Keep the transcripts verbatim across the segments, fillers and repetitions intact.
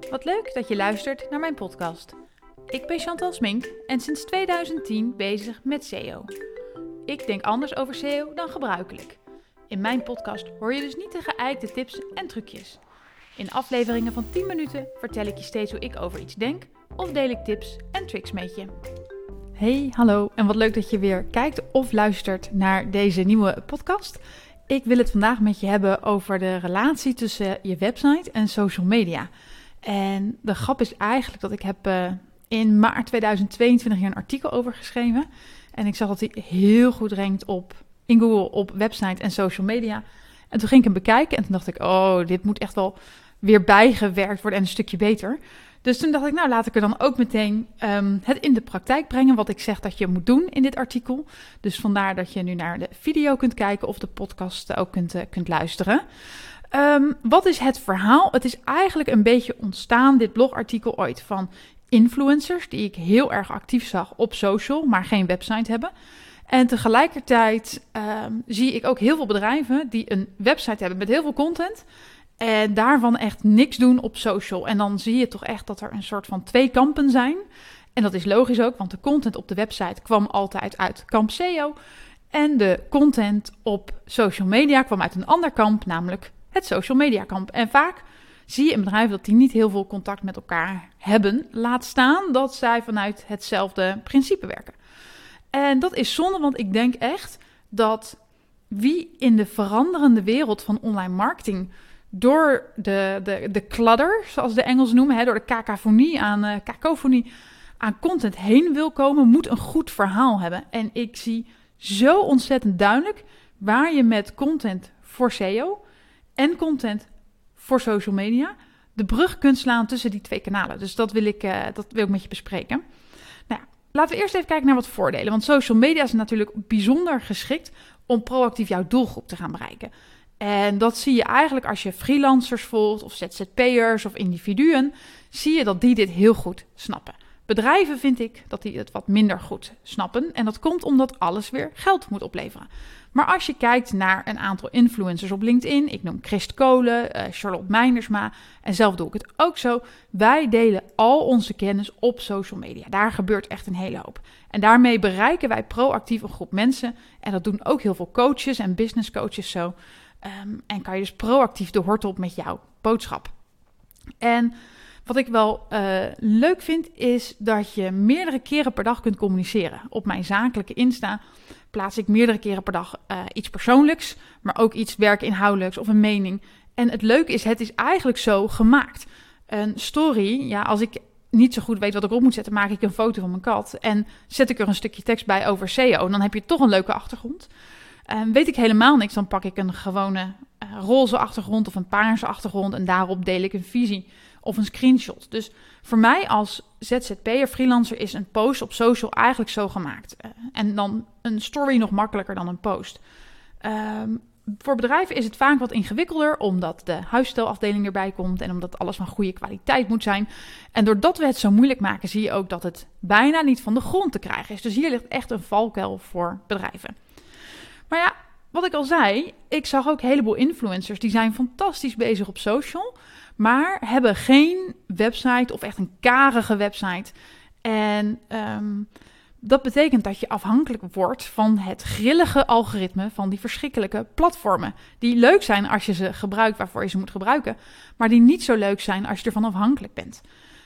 Wat leuk dat je luistert naar mijn podcast. Ik ben Chantal Smink en sinds tweeduizend tien bezig met S E O. Ik denk anders over S E O dan gebruikelijk. In mijn podcast hoor je dus niet de geëikte tips en trucjes. In afleveringen van tien minuten vertel ik je steeds hoe ik over iets denk of deel ik tips en tricks met je. Hey, hallo en wat leuk dat je weer kijkt of luistert naar deze nieuwe podcast. Ik wil het vandaag met je hebben over de relatie tussen je website en social media. En de grap is eigenlijk dat ik heb uh, in maart tweeduizend tweeëntwintig hier een artikel over geschreven. En ik zag dat hij heel goed rankt op, in Google op website en social media. En toen ging ik hem bekijken en toen dacht ik, oh, dit moet echt wel weer bijgewerkt worden en een stukje beter. Dus toen dacht ik, nou laat ik er dan ook meteen um, het in de praktijk brengen wat ik zeg dat je moet doen in dit artikel. Dus vandaar dat je nu naar de video kunt kijken of de podcast ook kunt, uh, kunt luisteren. Um, wat is het verhaal? Het is eigenlijk een beetje ontstaan, dit blogartikel ooit, van influencers die ik heel erg actief zag op social, maar geen website hebben. En tegelijkertijd um, zie ik ook heel veel bedrijven die een website hebben met heel veel content en daarvan echt niks doen op social. En dan zie je toch echt dat er een soort van twee kampen zijn. En dat is logisch ook, want de content op de website kwam altijd uit kamp S E O. En de content op social media kwam uit een ander kamp, namelijk het social media kamp. En vaak zie je in bedrijven dat die niet heel veel contact met elkaar hebben. Laat staan dat zij vanuit hetzelfde principe werken. En dat is zonde, want ik denk echt dat wie in de veranderende wereld van online marketing door de, de, de clutter, zoals de Engels noemen, hè, door de kakofonie aan, uh, kakofonie aan content heen wil komen, moet een goed verhaal hebben. En ik zie zo ontzettend duidelijk waar je met content voor S E O en content voor social media de brug kunt slaan tussen die twee kanalen. Dus dat wil ik, uh, dat wil ik met je bespreken. Nou ja, laten we eerst even kijken naar wat voordelen. Want social media is natuurlijk bijzonder geschikt om proactief jouw doelgroep te gaan bereiken. En dat zie je eigenlijk als je freelancers volgt of Z Z P'ers of individuen, zie je dat die dit heel goed snappen. Bedrijven vind ik dat die het wat minder goed snappen. En dat komt omdat alles weer geld moet opleveren. Maar als je kijkt naar een aantal influencers op LinkedIn, ik noem Christ Kolen, uh, Charlotte Meinersma en zelf doe ik het ook zo. Wij delen al onze kennis op social media. Daar gebeurt echt een hele hoop. En daarmee bereiken wij proactief een groep mensen. En dat doen ook heel veel coaches en business coaches zo. Um, en kan je dus proactief de hort op met jouw boodschap. En wat ik wel uh, leuk vind, is dat je meerdere keren per dag kunt communiceren. Op mijn zakelijke Insta plaats ik meerdere keren per dag uh, iets persoonlijks, maar ook iets werkinhoudelijks of een mening. En het leuke is, het is eigenlijk zo gemaakt. Een story, ja, als ik niet zo goed weet wat ik op moet zetten, maak ik een foto van mijn kat en zet ik er een stukje tekst bij over S E O. Dan heb je toch een leuke achtergrond. Um, weet ik helemaal niks, dan pak ik een gewone uh, roze achtergrond of een paarse achtergrond en daarop deel ik een visie of een screenshot. Dus voor mij als Z Z P'er, freelancer, is een post op social eigenlijk zo gemaakt. Uh, en dan een story nog makkelijker dan een post. Um, voor bedrijven is het vaak wat ingewikkelder, omdat de huisstijlafdeling erbij komt en omdat alles van goede kwaliteit moet zijn. En doordat we het zo moeilijk maken, zie je ook dat het bijna niet van de grond te krijgen is. Dus hier ligt echt een valkuil voor bedrijven. Maar ja, wat ik al zei, ik zag ook een heleboel influencers die zijn fantastisch bezig op social, maar hebben geen website of echt een karige website. En um, dat betekent dat je afhankelijk wordt van het grillige algoritme van die verschrikkelijke platformen. Die leuk zijn als je ze gebruikt waarvoor je ze moet gebruiken, maar die niet zo leuk zijn als je ervan afhankelijk bent.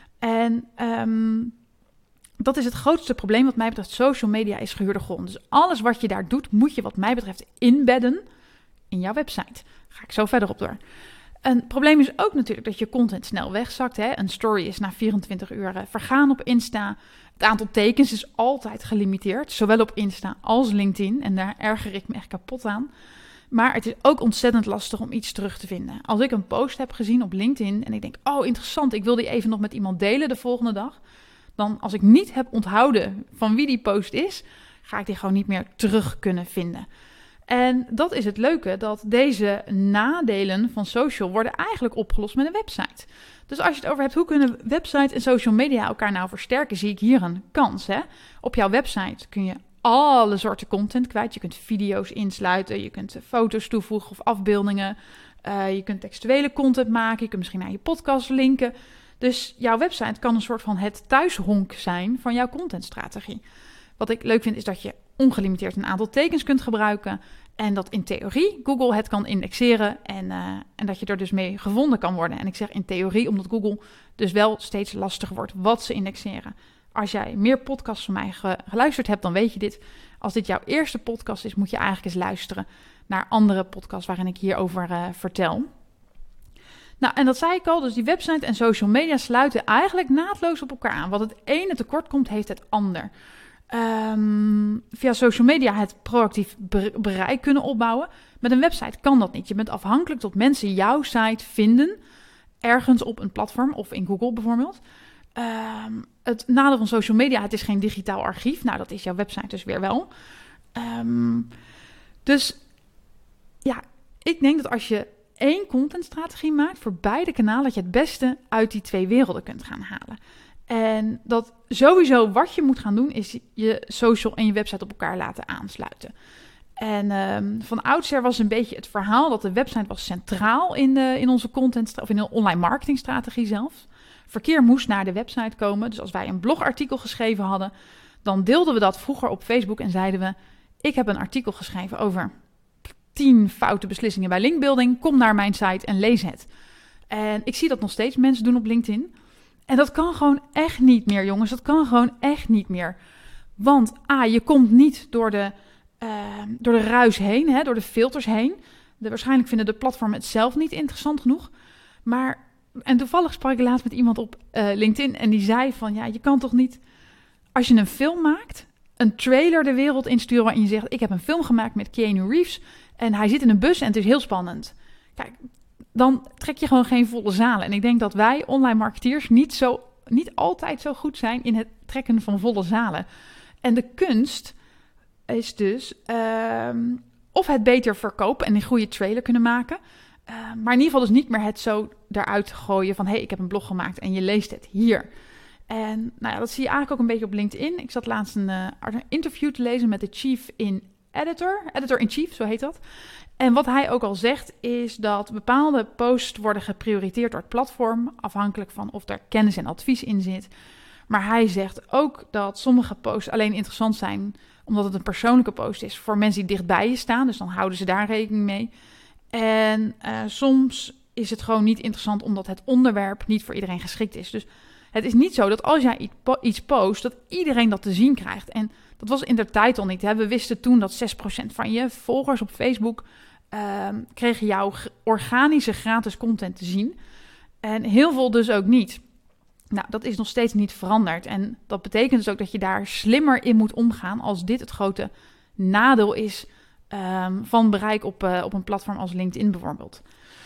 En um, dat is het grootste probleem wat mij betreft. Social media is gehuurde grond. Dus alles wat je daar doet, moet je wat mij betreft inbedden in jouw website. Daar ga ik zo verder op door. Een probleem is ook natuurlijk dat je content snel wegzakt. Hè? Een story is na vierentwintig uur vergaan op Insta. Het aantal tekens is altijd gelimiteerd. Zowel op Insta als LinkedIn. En daar erger ik me echt kapot aan. Maar het is ook ontzettend lastig om iets terug te vinden. Als ik een post heb gezien op LinkedIn en ik denk, oh interessant, ik wil die even nog met iemand delen de volgende dag. Dan als ik niet heb onthouden van wie die post is, ga ik die gewoon niet meer terug kunnen vinden. En dat is het leuke, dat deze nadelen van social worden eigenlijk opgelost met een website. Dus als je het over hebt, hoe kunnen website en social media elkaar nou versterken, zie ik hier een kans. Hè? Op jouw website kun je alle soorten content kwijt. Je kunt video's insluiten, je kunt foto's toevoegen of afbeeldingen. Uh, je kunt textuele content maken, je kunt misschien naar je podcast linken. Dus jouw website kan een soort van het thuishonk zijn van jouw contentstrategie. Wat ik leuk vind is dat je ongelimiteerd een aantal tekens kunt gebruiken. En dat in theorie Google het kan indexeren en, uh, en dat je er dus mee gevonden kan worden. En ik zeg in theorie omdat Google dus wel steeds lastiger wordt wat ze indexeren. Als jij meer podcasts van mij ge- geluisterd hebt, dan weet je dit. Als dit jouw eerste podcast is, moet je eigenlijk eens luisteren naar andere podcasts waarin ik hierover uh, vertel. Nou, en dat zei ik al, dus die website en social media sluiten eigenlijk naadloos op elkaar aan. Wat het ene tekort komt, heeft het ander. Um, via social media het proactief bereik kunnen opbouwen. Met een website kan dat niet. Je bent afhankelijk tot mensen jouw site vinden, ergens op een platform of in Google bijvoorbeeld. Um, het nadeel van social media, het is geen digitaal archief. Nou, dat is jouw website dus weer wel. Um, dus ja, ik denk dat als je één contentstrategie maakt voor beide kanalen, dat je het beste uit die twee werelden kunt gaan halen. En dat sowieso wat je moet gaan doen, is je social en je website op elkaar laten aansluiten. En um, van oudsher was een beetje het verhaal dat de website was centraal in, de, in onze content, of in de online marketingstrategie zelf. Verkeer moest naar de website komen. Dus als wij een blogartikel geschreven hadden, dan deelden we dat vroeger op Facebook en zeiden we, ik heb een artikel geschreven over tien foute beslissingen bij linkbuilding. Kom naar mijn site en lees het. En ik zie dat nog steeds mensen doen op LinkedIn. En dat kan gewoon echt niet meer, jongens. Dat kan gewoon echt niet meer. Want A, je komt niet door de, uh, door de ruis heen, hè, door de filters heen. De, waarschijnlijk vinden de platformen het zelf niet interessant genoeg. Maar, en toevallig sprak ik laatst met iemand op uh, LinkedIn en die zei van, ja, je kan toch niet, als je een film maakt, een trailer de wereld insturen waarin je zegt, ik heb een film gemaakt met Keanu Reeves en hij zit in een bus en het is heel spannend. Kijk, dan trek je gewoon geen volle zalen. En ik denk dat wij online marketeers niet, zo, niet altijd zo goed zijn in het trekken van volle zalen. En de kunst is dus um, of het beter verkopen en een goede trailer kunnen maken. Uh, maar in ieder geval dus niet meer het zo eruit gooien van, hé, hey, ik heb een blog gemaakt en je leest het hier. En nou ja, dat zie je eigenlijk ook een beetje op LinkedIn. Ik zat laatst een, uh, een interview te lezen met de chief in editor, editor-in-chief, zo heet dat. En wat hij ook al zegt is dat bepaalde posts worden geprioriteerd door het platform, afhankelijk van of er kennis en advies in zit. Maar hij zegt ook dat sommige posts alleen interessant zijn omdat het een persoonlijke post is voor mensen die dichtbij je staan. Dus dan houden ze daar rekening mee. En uh, soms is het gewoon niet interessant omdat het onderwerp niet voor iedereen geschikt is. Dus het is niet zo dat als jij iets post, dat iedereen dat te zien krijgt. En dat was in de tijd al niet. Hè? We wisten toen dat zes procent van je volgers op Facebook uh, kregen jouw organische gratis content te zien. En heel veel dus ook niet. Nou, dat is nog steeds niet veranderd. En dat betekent dus ook dat je daar slimmer in moet omgaan als dit het grote nadeel is um, van bereik op, uh, op een platform als LinkedIn bijvoorbeeld.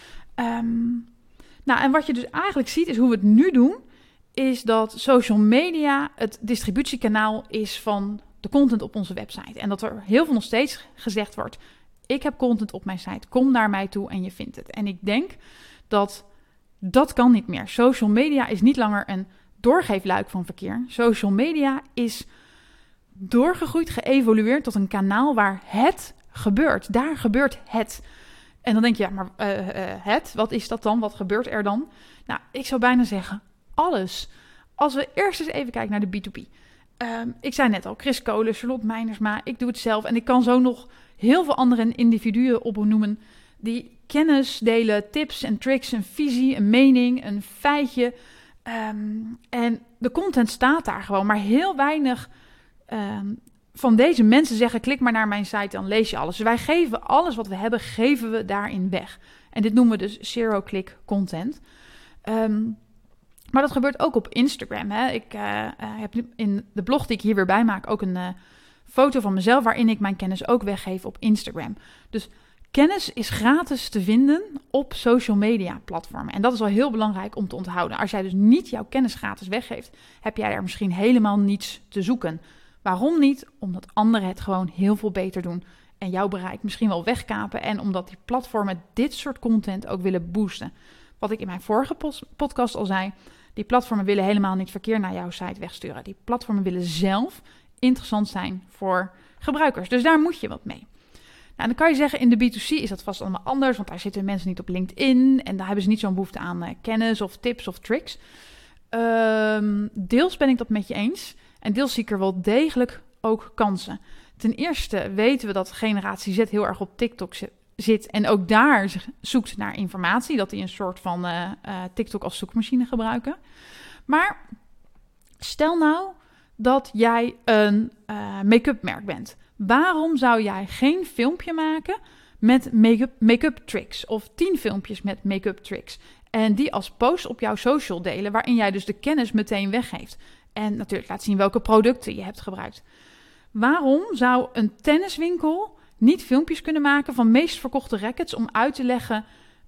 Um, nou, en wat je dus eigenlijk ziet is hoe we het nu doen, is dat social media het distributiekanaal is van de content op onze website. En dat er heel veel nog steeds gezegd wordt, ik heb content op mijn site, kom naar mij toe en je vindt het. En ik denk dat dat kan niet meer. Social media is niet langer een doorgeefluik van verkeer. Social media is doorgegroeid, geëvolueerd tot een kanaal waar het gebeurt. Daar gebeurt het. En dan denk je, ja, maar uh, uh, het, wat is dat dan? Wat gebeurt er dan? Nou, ik zou bijna zeggen, alles. Als we eerst eens even kijken naar de B twee B. Um, ik zei net al, Chris Kolen, Charlotte Meinersma, ik doe het zelf. En ik kan zo nog heel veel andere individuen opnoemen die kennis delen, tips en tricks, een visie, een mening, een feitje. Um, en de content staat daar gewoon, maar heel weinig um, van deze mensen zeggen, klik maar naar mijn site, dan lees je alles. Dus wij geven alles wat we hebben, geven we daarin weg. En dit noemen we dus zero-click content. Um, maar dat gebeurt ook op Instagram. Hè. Ik uh, heb in de blog die ik hier weer bij maak ook een uh, foto van mezelf waarin ik mijn kennis ook weggeef op Instagram. Dus kennis is gratis te vinden op social media platformen. En dat is al heel belangrijk om te onthouden. Als jij dus niet jouw kennis gratis weggeeft, heb jij er misschien helemaal niets te zoeken. Waarom niet? Omdat anderen het gewoon heel veel beter doen en jouw bereik misschien wel wegkapen. En omdat die platformen dit soort content ook willen boosten. Wat ik in mijn vorige podcast al zei, die platformen willen helemaal niet verkeer naar jouw site wegsturen. Die platformen willen zelf interessant zijn voor gebruikers. Dus daar moet je wat mee. Nou, dan kan je zeggen, in de B twee C is dat vast allemaal anders, want daar zitten mensen niet op LinkedIn en daar hebben ze niet zo'n behoefte aan uh, kennis of tips of tricks. Um, deels ben ik dat met je eens. En deels zie ik er wel degelijk ook kansen. Ten eerste weten we dat generatie Z heel erg op TikTok zit. En ook daar zoekt naar informatie. Dat die een soort van uh, uh, TikTok als zoekmachine gebruiken. Maar stel nou dat jij een uh, make-up merk bent. Waarom zou jij geen filmpje maken met make-up, make-up tricks? Of tien filmpjes met make-up tricks. En die als post op jouw social delen. Waarin jij dus de kennis meteen weggeeft. En natuurlijk laat zien welke producten je hebt gebruikt. Waarom zou een tenniswinkel niet filmpjes kunnen maken van meest verkochte rackets om uit te leggen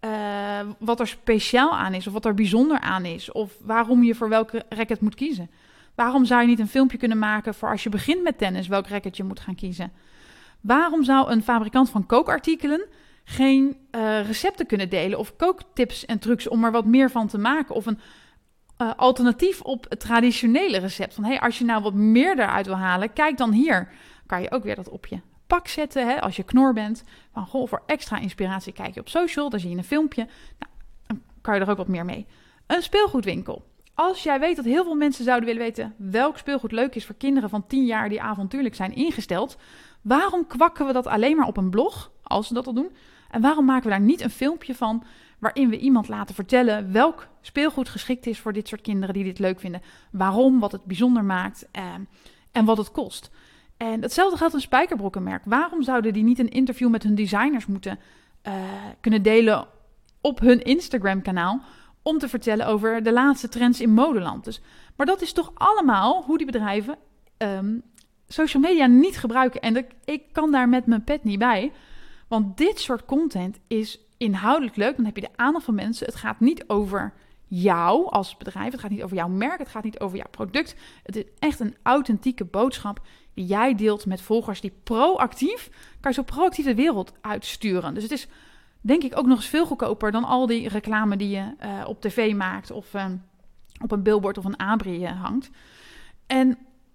uh, wat er speciaal aan is of wat er bijzonder aan is of waarom je voor welke racket moet kiezen? Waarom zou je niet een filmpje kunnen maken voor als je begint met tennis welk racket je moet gaan kiezen? Waarom zou een fabrikant van kookartikelen geen uh, recepten kunnen delen of kooktips en trucs om er wat meer van te maken of een Uh, alternatief op het traditionele recept. Van hey, als je nou wat meer eruit wil halen, kijk dan hier. Kan je ook weer dat op je pak zetten, hè, als je knor bent. Van goh, voor extra inspiratie kijk je op social, daar zie je een filmpje. Nou, dan kan je er ook wat meer mee. Een speelgoedwinkel. Als jij weet dat heel veel mensen zouden willen weten welk speelgoed leuk is voor kinderen van tien jaar die avontuurlijk zijn ingesteld, waarom kwakken we dat alleen maar op een blog, als ze dat al doen? En waarom maken we daar niet een filmpje van waarin we iemand laten vertellen welk speelgoed geschikt is voor dit soort kinderen die dit leuk vinden. Waarom, wat het bijzonder maakt eh, en wat het kost. En hetzelfde geldt een spijkerbroekenmerk. Waarom zouden die niet een interview met hun designers moeten uh, kunnen delen op hun Instagram-kanaal om te vertellen over de laatste trends in modeland? Dus, maar dat is toch allemaal hoe die bedrijven um, social media niet gebruiken. En de, ik kan daar met mijn pet niet bij. Want dit soort content is inhoudelijk leuk, dan heb je de aandacht van mensen. Het gaat niet over jou als bedrijf, het gaat niet over jouw merk, het gaat niet over jouw product. Het is echt een authentieke boodschap die jij deelt met volgers die proactief, kan je zo proactief de wereld uitsturen. Dus het is denk ik ook nog eens veel goedkoper dan al die reclame die je uh, op tv maakt of uh, op een billboard of een abri uh, hangt. En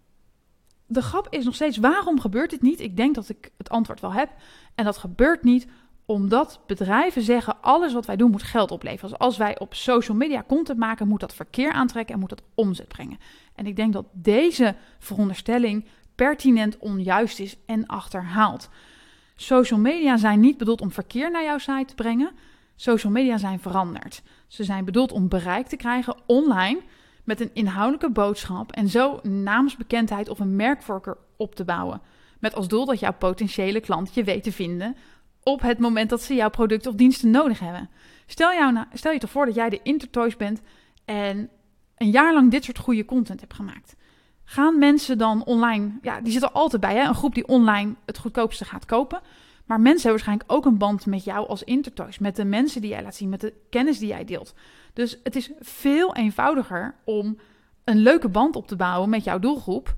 de grap is nog steeds, waarom gebeurt dit niet? Ik denk dat ik het antwoord wel heb. En dat gebeurt niet omdat bedrijven zeggen, alles wat wij doen moet geld opleveren. Dus als wij op social media content maken, moet dat verkeer aantrekken en moet dat omzet brengen. En ik denk dat deze veronderstelling pertinent onjuist is en achterhaald. Social media zijn niet bedoeld om verkeer naar jouw site te brengen. Social media zijn veranderd. Ze zijn bedoeld om bereik te krijgen online met een inhoudelijke boodschap en zo naamsbekendheid of een merkvoorkeur op te bouwen. Met als doel dat jouw potentiële klant je weet te vinden op het moment dat ze jouw producten of diensten nodig hebben. Stel, jou nou, stel je toch voor dat jij de Intertoys bent en een jaar lang dit soort goede content hebt gemaakt. Gaan mensen dan online, ja, die zitten altijd bij, hè? Een groep die online het goedkoopste gaat kopen. Maar mensen hebben waarschijnlijk ook een band met jou als Intertoys, met de mensen die jij laat zien, met de kennis die jij deelt. Dus het is veel eenvoudiger om een leuke band op te bouwen met jouw doelgroep,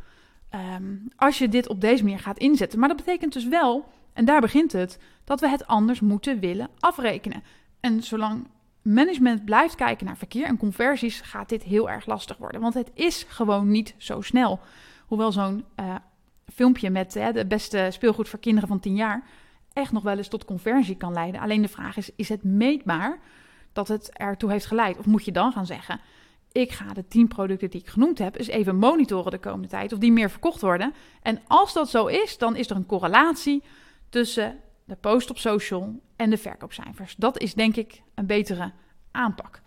um, als je dit op deze manier gaat inzetten. Maar dat betekent dus wel, en daar begint het, dat we het anders moeten willen afrekenen. En zolang management blijft kijken naar verkeer en conversies, gaat dit heel erg lastig worden. Want het is gewoon niet zo snel. Hoewel zo'n uh, filmpje met uh, de beste speelgoed voor kinderen van tien jaar echt nog wel eens tot conversie kan leiden. Alleen de vraag is, is het meetbaar dat het ertoe heeft geleid? Of moet je dan gaan zeggen, ik ga de tien producten die ik genoemd heb eens even monitoren de komende tijd, of die meer verkocht worden. En als dat zo is, dan is er een correlatie tussen de post op social en de verkoopcijfers. Dat is denk ik een betere aanpak.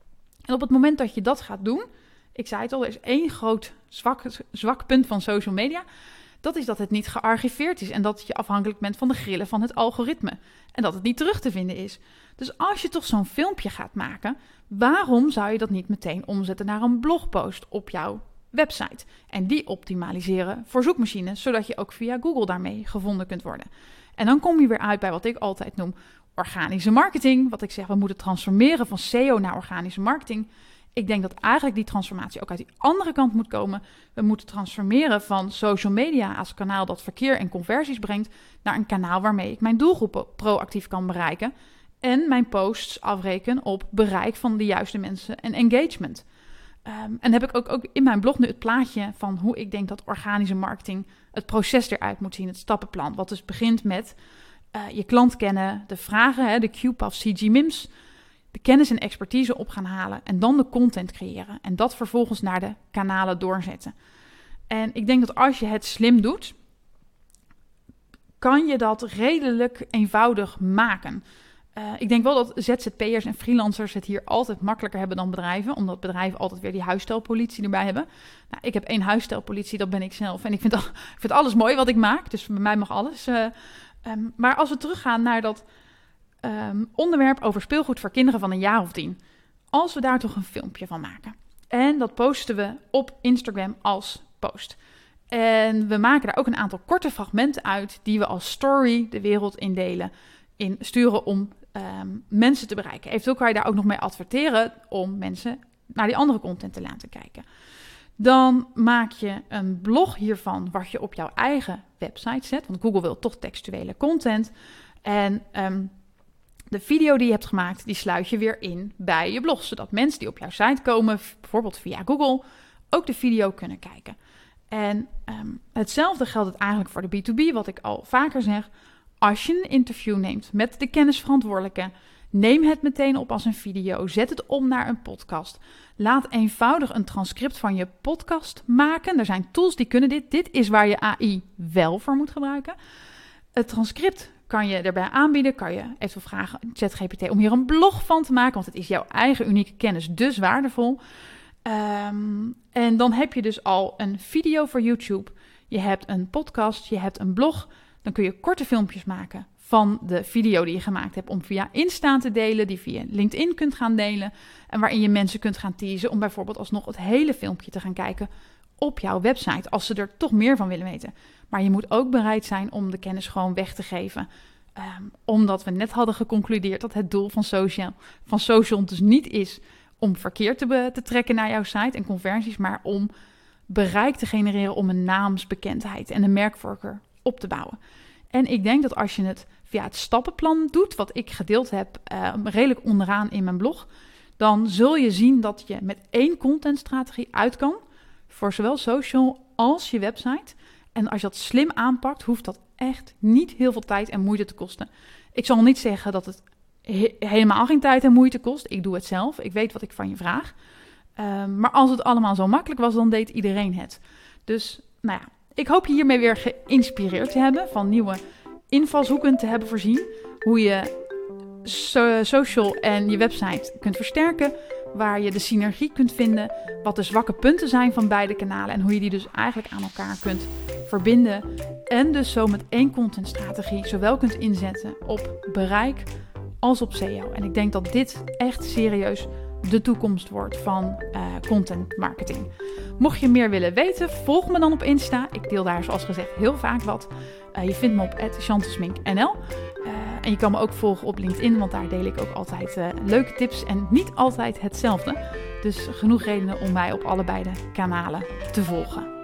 En op het moment dat je dat gaat doen, ik zei het al, er is één groot zwak, zwak punt van social media. Dat is dat het niet gearchiveerd is en dat je afhankelijk bent van de grillen van het algoritme. En dat het niet terug te vinden is. Dus als je toch zo'n filmpje gaat maken, waarom zou je dat niet meteen omzetten naar een blogpost op jouw website? En die optimaliseren voor zoekmachines, zodat je ook via Google daarmee gevonden kunt worden. En dan kom je weer uit bij wat ik altijd noem organische marketing. Wat ik zeg, we moeten transformeren van S E O naar organische marketing. Ik denk dat eigenlijk die transformatie ook uit die andere kant moet komen. We moeten transformeren van social media als kanaal dat verkeer en conversies brengt, naar een kanaal waarmee ik mijn doelgroep proactief kan bereiken en mijn posts afreken op bereik van de juiste mensen en engagement. Um, en heb ik ook, ook in mijn blog nu het plaatje van hoe ik denk dat organische marketing het proces eruit moet zien, het stappenplan. Wat dus begint met uh, je klant kennen, de vragen, hè, de Q P A F C G M I M S. de kennis en expertise op gaan halen en dan de content creëren. En dat vervolgens naar de kanalen doorzetten. En ik denk dat als je het slim doet, kan je dat redelijk eenvoudig maken. Uh, ik denk wel dat Z Z P'ers en freelancers het hier altijd makkelijker hebben dan bedrijven. Omdat bedrijven altijd weer die huisstijlpolitie erbij hebben. Nou, ik heb één huisstijlpolitie, dat ben ik zelf. En ik vind, al, ik vind alles mooi wat ik maak. Dus bij mij mag alles. Uh, um, maar als we teruggaan naar dat um, onderwerp over speelgoed voor kinderen van een jaar of tien. Als we daar toch een filmpje van maken. En dat posten we op Instagram als post. En we maken daar ook een aantal korte fragmenten uit die we als story de wereld indelen. In sturen om um, mensen te bereiken. Eventueel kan je daar ook nog mee adverteren om mensen naar die andere content te laten kijken. Dan maak je een blog hiervan wat je op jouw eigen website zet. Want Google wil toch textuele content. En um, de video die je hebt gemaakt, die sluit je weer in bij je blog. Zodat mensen die op jouw site komen, bijvoorbeeld via Google, ook de video kunnen kijken. En um, hetzelfde geldt het eigenlijk voor de B twee B, wat ik al vaker zeg. Als je een interview neemt met de kennisverantwoordelijke, neem het meteen op als een video. Zet het om naar een podcast. Laat eenvoudig een transcript van je podcast maken. Er zijn tools die kunnen dit. Dit is waar je A I wel voor moet gebruiken. Het transcript kan je erbij aanbieden. Kan je even vragen ChatGPT om hier een blog van te maken. Want het is jouw eigen unieke kennis, dus waardevol. Um, en dan heb je dus al een video voor YouTube. Je hebt een podcast, je hebt een blog. Dan kun je korte filmpjes maken van de video die je gemaakt hebt om via Insta te delen, die via LinkedIn kunt gaan delen en waarin je mensen kunt gaan teasen om bijvoorbeeld alsnog het hele filmpje te gaan kijken op jouw website als ze er toch meer van willen weten. Maar je moet ook bereid zijn om de kennis gewoon weg te geven. Um, omdat we net hadden geconcludeerd dat het doel van social, van social dus niet is om verkeer te, be, te trekken naar jouw site en conversies, maar om bereik te genereren om een naamsbekendheid en een merkvoorkeur op te bouwen. En ik denk dat als je het via het stappenplan doet, wat ik gedeeld heb, uh, redelijk onderaan in mijn blog, dan zul je zien dat je met één contentstrategie uit kan voor zowel social als je website. En als je dat slim aanpakt, hoeft dat echt niet heel veel tijd en moeite te kosten. Ik zal niet zeggen dat het he- helemaal geen tijd en moeite kost. Ik doe het zelf. Ik weet wat ik van je vraag. Uh, maar als het allemaal zo makkelijk was, dan deed iedereen het. Dus, nou ja. Ik hoop je hiermee weer geïnspireerd te hebben, van nieuwe invalshoeken te hebben voorzien. Hoe je so- social en je website kunt versterken, waar je de synergie kunt vinden, wat de zwakke punten zijn van beide kanalen en hoe je die dus eigenlijk aan elkaar kunt verbinden. En dus zo met één contentstrategie zowel kunt inzetten op bereik als op S E O. En ik denk dat dit echt serieus de toekomst wordt van uh, content marketing. Mocht je meer willen weten, volg me dan op Insta. Ik deel daar zoals gezegd heel vaak wat. Uh, je vindt me op at chantelsmink punt n l. Uh, en je kan me ook volgen op LinkedIn, want daar deel ik ook altijd uh, leuke tips en niet altijd hetzelfde. Dus genoeg redenen om mij op allebei de kanalen te volgen.